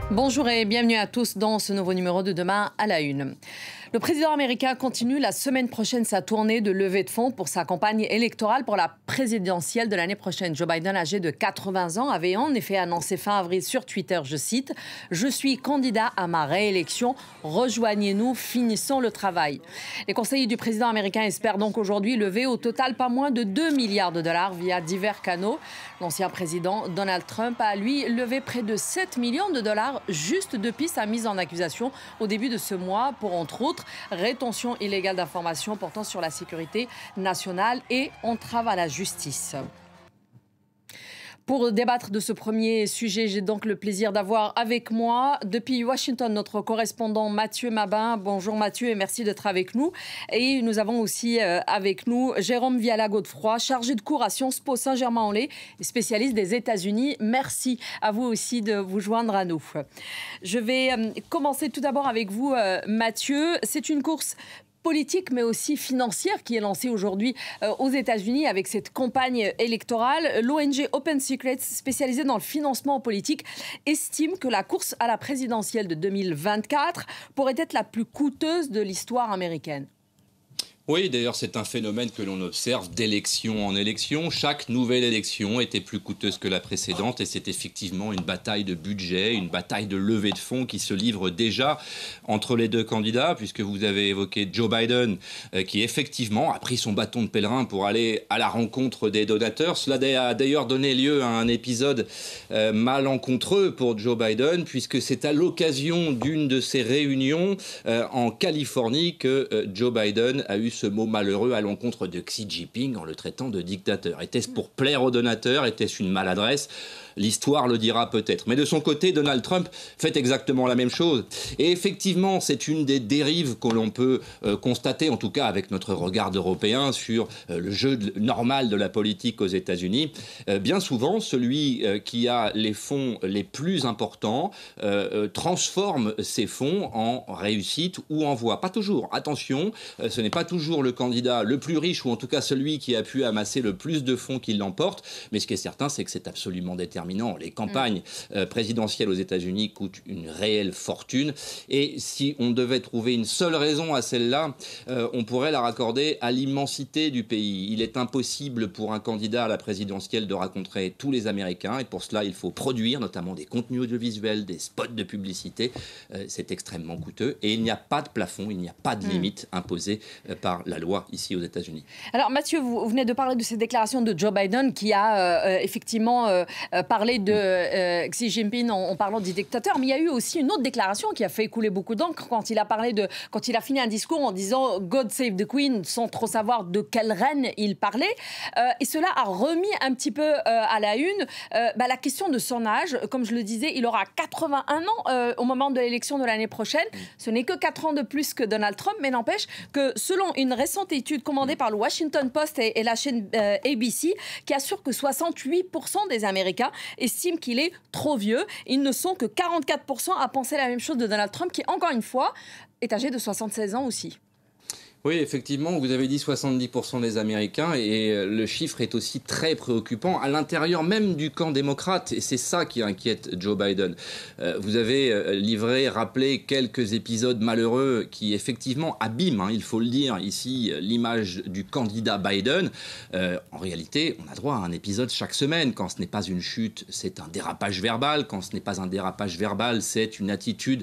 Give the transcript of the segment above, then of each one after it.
Bonjour et bienvenue à tous dans ce nouveau numéro de Demain à la Une. Le président américain continue la semaine prochaine sa tournée de levée de fonds pour sa campagne électorale pour la présidentielle de l'année prochaine. Joe Biden, âgé de 80 ans, avait en effet annoncé fin avril sur Twitter, je cite, « Je suis candidat à ma réélection. Rejoignez-nous, finissons le travail ». Les conseillers du président américain espèrent donc aujourd'hui lever au total pas moins de 2 milliards de dollars via divers canaux. L'ancien président Donald Trump a, lui, levé près de 7 millions de dollars juste depuis sa mise en accusation au début de ce mois pour, entre autres, rétention illégale d'informations portant sur la sécurité nationale et entrave à la justice. Pour débattre de ce premier sujet, j'ai donc le plaisir d'avoir avec moi, depuis Washington, notre correspondant Mathieu Mabin. Bonjour Mathieu et merci d'être avec nous. Et nous avons aussi avec nous Jérôme Viala-Godefroy, chargé de cours à Sciences Po Saint-Germain-en-Laye, spécialiste des États-Unis. Merci à vous aussi de vous joindre à nous. Je vais commencer tout d'abord avec vous, Mathieu. C'est une course politique mais aussi financière qui est lancée aujourd'hui aux États-Unis avec cette campagne électorale. L'ONG Open Secrets, spécialisée dans le financement politique, estime que la course à la présidentielle de 2024 pourrait être la plus coûteuse de l'histoire américaine. Oui, d'ailleurs, c'est un phénomène que l'on observe d'élection en élection. Chaque nouvelle élection était plus coûteuse que la précédente et c'est effectivement une bataille de budget, une bataille de levée de fonds qui se livre déjà entre les deux candidats, puisque vous avez évoqué Joe Biden, qui effectivement a pris son bâton de pèlerin pour aller à la rencontre des donateurs. Cela a d'ailleurs donné lieu à un épisode malencontreux pour Joe Biden, puisque c'est à l'occasion d'une de ces réunions en Californie que Joe Biden a eu ce mot malheureux à l'encontre de Xi Jinping en le traitant de dictateur. Était-ce pour plaire aux donateurs? Était-ce une maladresse? L'histoire le dira peut-être. Mais de son côté, Donald Trump fait exactement la même chose. Et effectivement, c'est une des dérives que l'on peut constater, en tout cas avec notre regard européen, sur le jeu normal de la politique aux États-Unis. Bien souvent, celui qui a les fonds les plus importants transforme ces fonds en réussite ou en voix. Pas toujours. Attention, ce n'est pas toujours le candidat le plus riche ou en tout cas celui qui a pu amasser le plus de fonds qui l'emporte. Mais ce qui est certain, c'est que c'est absolument déterminant. Les campagnes présidentielles aux États-Unis coûtent une réelle fortune. Et si on devait trouver une seule raison à celle-là, on pourrait la raccorder à l'immensité du pays. Il est impossible pour un candidat à la présidentielle de rencontrer tous les Américains. Et pour cela, il faut produire notamment des contenus audiovisuels, des spots de publicité. C'est extrêmement coûteux. Et il n'y a pas de plafond, il n'y a pas de limite imposée par la loi ici aux États-Unis. Alors Mathieu, vous venez de parler de ces déclarations de Joe Biden qui a effectivement parlé de Xi Jinping en parlant du dictateur, mais il y a eu aussi une autre déclaration qui a fait couler beaucoup d'encre quand il a fini un discours en disant God Save the Queen, sans trop savoir de quelle reine il parlait. Et cela a remis un petit peu à la une la question de son âge. Comme je le disais, il aura 81 ans au moment de l'élection de l'année prochaine. Ce n'est que 4 ans de plus que Donald Trump, mais n'empêche que selon une récente étude commandée par le Washington Post et la chaîne ABC, qui assure que 68% des Américains estiment qu'il est trop vieux. Ils ne sont que 44% à penser la même chose de Donald Trump, qui, encore une fois, est âgé de 76 ans aussi. Oui, effectivement, vous avez dit 70% des Américains et le chiffre est aussi très préoccupant à l'intérieur même du camp démocrate et c'est ça qui inquiète Joe Biden. Vous avez rappelé quelques épisodes malheureux qui effectivement abîment, il faut le dire ici, l'image du candidat Biden. En réalité, on a droit à un épisode chaque semaine. Quand ce n'est pas une chute, c'est un dérapage verbal. Quand ce n'est pas un dérapage verbal, c'est une attitude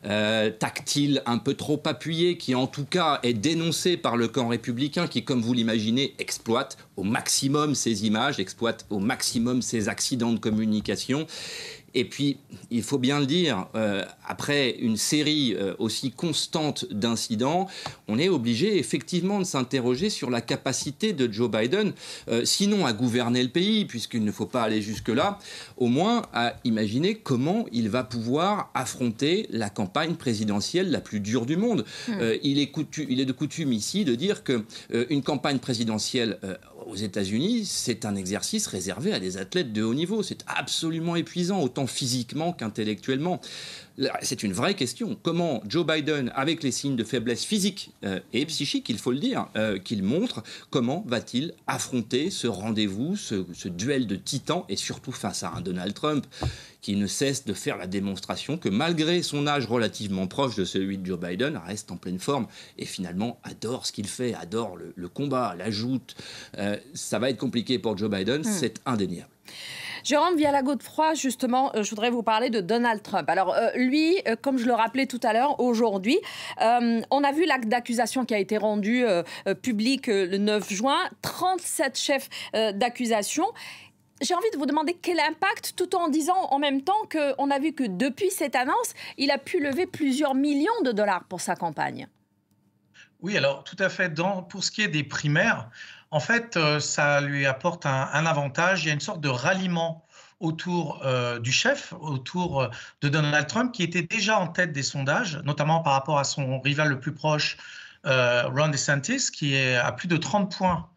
tactile un peu trop appuyée qui en tout cas est dénoncée par le camp républicain qui, comme vous l'imaginez, exploite au maximum ces images, exploite au maximum ces accidents de communication. Et puis, il faut bien le dire, après une série aussi constante d'incidents, on est obligé effectivement de s'interroger sur la capacité de Joe Biden, sinon à gouverner le pays, puisqu'il ne faut pas aller jusque-là, au moins à imaginer comment il va pouvoir affronter la campagne présidentielle la plus dure du monde. Il est de coutume ici de dire qu'une campagne présidentielle aux États-Unis, c'est un exercice réservé à des athlètes de haut niveau. C'est absolument épuisant, autant physiquement qu'intellectuellement. C'est une vraie question. Comment Joe Biden, avec les signes de faiblesse physique et psychique, il faut le dire, qu'il montre, comment va-t-il affronter ce rendez-vous, ce duel de titans, et surtout face à un Donald Trump qui ne cesse de faire la démonstration que malgré son âge relativement proche de celui de Joe Biden, reste en pleine forme et finalement adore ce qu'il fait, adore le combat, la joute. Ça va être compliqué pour Joe Biden, c'est indéniable. Jérôme Viala-Godefroy, justement, je voudrais vous parler de Donald Trump. Alors, lui, comme je le rappelais tout à l'heure, aujourd'hui, on a vu l'acte d'accusation qui a été rendu public le 9 juin, 37 chefs d'accusation. J'ai envie de vous demander quel impact, tout en disant en même temps qu'on a vu que depuis cette annonce, il a pu lever plusieurs millions de dollars pour sa campagne. Oui, alors tout à fait. Pour ce qui est des primaires, en fait, ça lui apporte un avantage. Il y a une sorte de ralliement autour du chef, autour de Donald Trump, qui était déjà en tête des sondages, notamment par rapport à son rival le plus proche, Ron DeSantis, qui est à plus de 30 points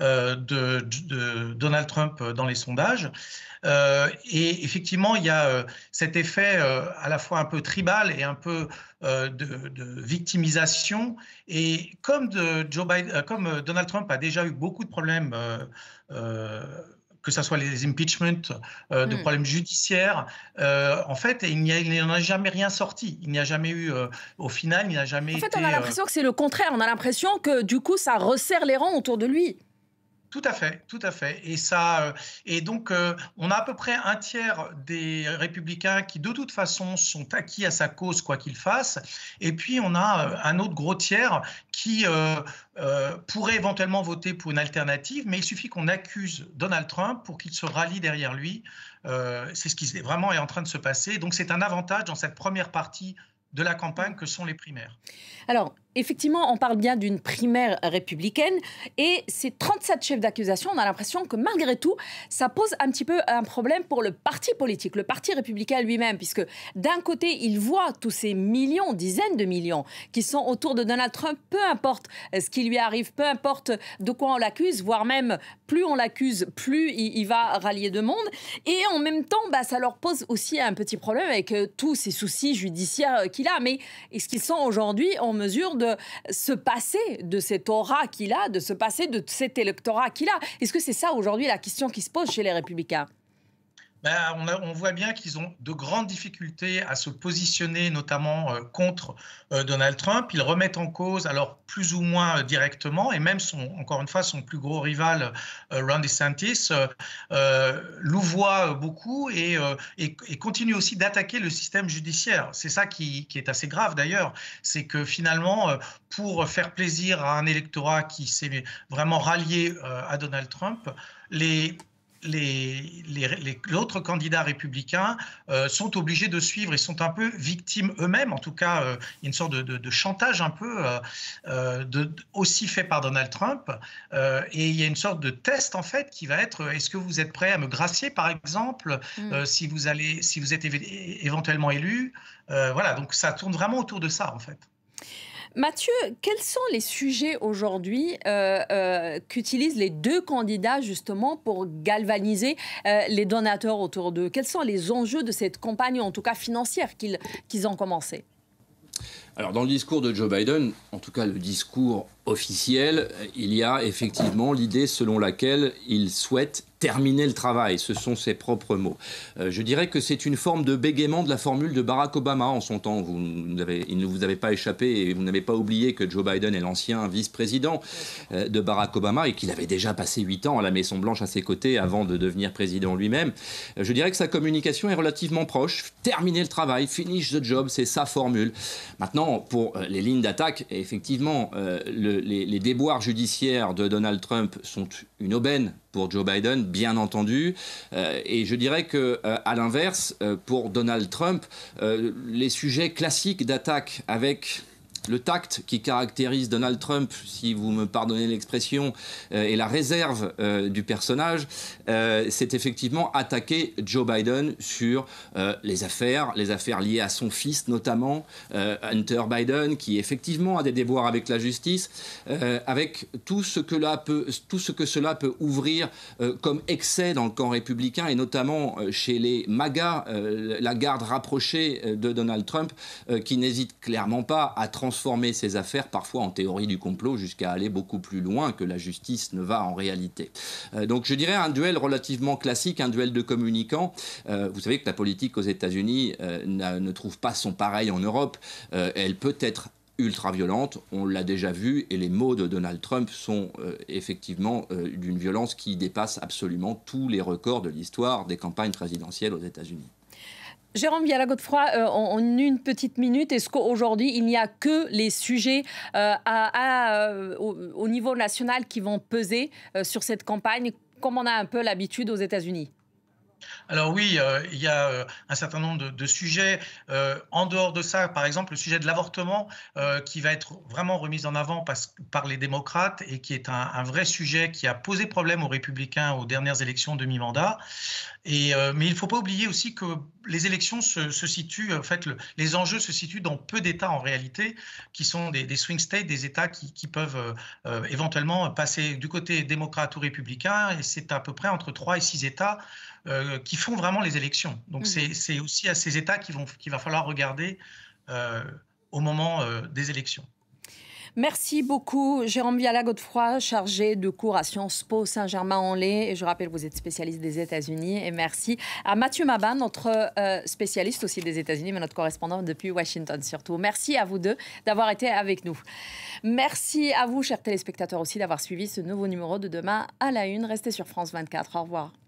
de Donald Trump dans les sondages. Et effectivement, il y a cet effet à la fois un peu tribal et un peu de victimisation. Et comme Donald Trump a déjà eu beaucoup de problèmes, que ce soit les impeachments, de problèmes judiciaires, en fait, il n'en a jamais rien sorti. Il n'y a jamais eu, au final, il n'y a jamais été... En fait, on a l'impression que c'est le contraire. On a l'impression que, du coup, ça resserre les rangs autour de lui. Tout à fait, tout à fait. Et donc, on a à peu près un tiers des républicains qui, de toute façon, sont acquis à sa cause, quoi qu'il fasse. Et puis, on a un autre gros tiers qui pourrait éventuellement voter pour une alternative, mais il suffit qu'on accuse Donald Trump pour qu'il se rallie derrière lui. C'est ce qui vraiment est en train de se passer. Donc, c'est un avantage dans cette première partie de la campagne que sont les primaires. Alors, effectivement, on parle bien d'une primaire républicaine et ces 37 chefs d'accusation, on a l'impression que malgré tout, ça pose un petit peu un problème pour le parti politique, le parti républicain lui-même, puisque d'un côté, il voit tous ces millions, dizaines de millions qui sont autour de Donald Trump, peu importe ce qui lui arrive, peu importe de quoi on l'accuse, voire même plus on l'accuse, plus il va rallier de monde. Et en même temps, ça leur pose aussi un petit problème avec tous ces soucis judiciaires qu'il a. Mais est-ce qu'ils sont aujourd'hui en mesure de se passer de cette aura qu'il a, de se passer de cet électorat qu'il a? Est-ce que c'est ça aujourd'hui la question qui se pose chez les Républicains? On voit bien qu'ils ont de grandes difficultés à se positionner, notamment contre Donald Trump. Ils remettent en cause, alors plus ou moins directement, et même encore une fois, son plus gros rival, Ron DeSantis, louvoie beaucoup et continue aussi d'attaquer le système judiciaire. C'est ça qui est assez grave d'ailleurs, c'est que finalement, pour faire plaisir à un électorat qui s'est vraiment rallié à Donald Trump, l'autre candidat républicain sont obligés de suivre et sont un peu victimes eux-mêmes. En tout cas, il y a une sorte de chantage un peu aussi fait par Donald Trump. Et il y a une sorte de test, en fait, qui va être est-ce que vous êtes prêt à me gracier, par exemple, si vous êtes éventuellement élu. Voilà, donc ça tourne vraiment autour de ça, en fait. Mathieu, quels sont les sujets aujourd'hui qu'utilisent les deux candidats justement pour galvaniser les donateurs autour d'eux? Quels sont les enjeux de cette campagne, en tout cas financière, qu'ils ont commencé? Alors, dans le discours de Joe Biden, en tout cas le discours officiel, il y a effectivement l'idée selon laquelle il souhaite terminer le travail. Ce sont ses propres mots. Je dirais que c'est une forme de bégaiement de la formule de Barack Obama en son temps. Il ne vous avait pas échappé et vous n'avez pas oublié que Joe Biden est l'ancien vice-président de Barack Obama et qu'il avait déjà passé 8 ans à la Maison-Blanche à ses côtés avant de devenir président lui-même. Je dirais que sa communication est relativement proche. Terminer le travail, finish the job, c'est sa formule. Maintenant, pour les lignes d'attaque, effectivement, les déboires judiciaires de Donald Trump sont une aubaine pour Joe Biden, bien entendu. Et je dirais qu'à l'inverse, pour Donald Trump, les sujets classiques d'attaque avec le tact qui caractérise Donald Trump, si vous me pardonnez l'expression, et la réserve du personnage, c'est effectivement attaquer Joe Biden sur les affaires liées à son fils notamment, Hunter Biden, qui effectivement a des déboires avec la justice, avec tout ce que cela peut ouvrir comme excès dans le camp républicain et notamment chez les MAGA, la garde rapprochée de Donald Trump, qui n'hésite clairement pas à transformer ces affaires parfois en théorie du complot jusqu'à aller beaucoup plus loin que la justice ne va en réalité. Donc je dirais un duel relativement classique, un duel de communicants. Vous savez que la politique aux États-Unis ne trouve pas son pareil en Europe. Elle peut être ultra-violente, on l'a déjà vu, et les mots de Donald Trump sont effectivement d'une violence qui dépasse absolument tous les records de l'histoire des campagnes présidentielles aux États-Unis. Jérôme Viala-Godefroy, en une petite minute, est-ce qu'aujourd'hui, il n'y a que les sujets au niveau national qui vont peser sur cette campagne, comme on a un peu l'habitude aux États-Unis ? Alors oui, il y a un certain nombre de sujets. En dehors de ça, par exemple, le sujet de l'avortement qui va être vraiment remis en avant par les démocrates et qui est un vrai sujet qui a posé problème aux républicains aux dernières élections de mi-mandat. Mais il ne faut pas oublier aussi que les élections se situent, en fait, les enjeux se situent dans peu d'États en réalité, qui sont des swing states, des États qui peuvent éventuellement passer du côté démocrate ou républicain, et c'est à peu près entre 3 et 6 États qui font vraiment les élections. Donc c'est aussi à ces États qu'il va falloir regarder au moment des élections. Merci beaucoup, Jérôme Viala-Godefroy, chargé de cours à Sciences Po Saint-Germain-en-Laye. Et je rappelle, vous êtes spécialiste des États-Unis. Et merci à Mathieu Maban, notre spécialiste aussi des États-Unis, mais notre correspondant depuis Washington surtout. Merci à vous deux d'avoir été avec nous. Merci à vous, chers téléspectateurs aussi, d'avoir suivi ce nouveau numéro de Demain à la Une. Restez sur France 24. Au revoir.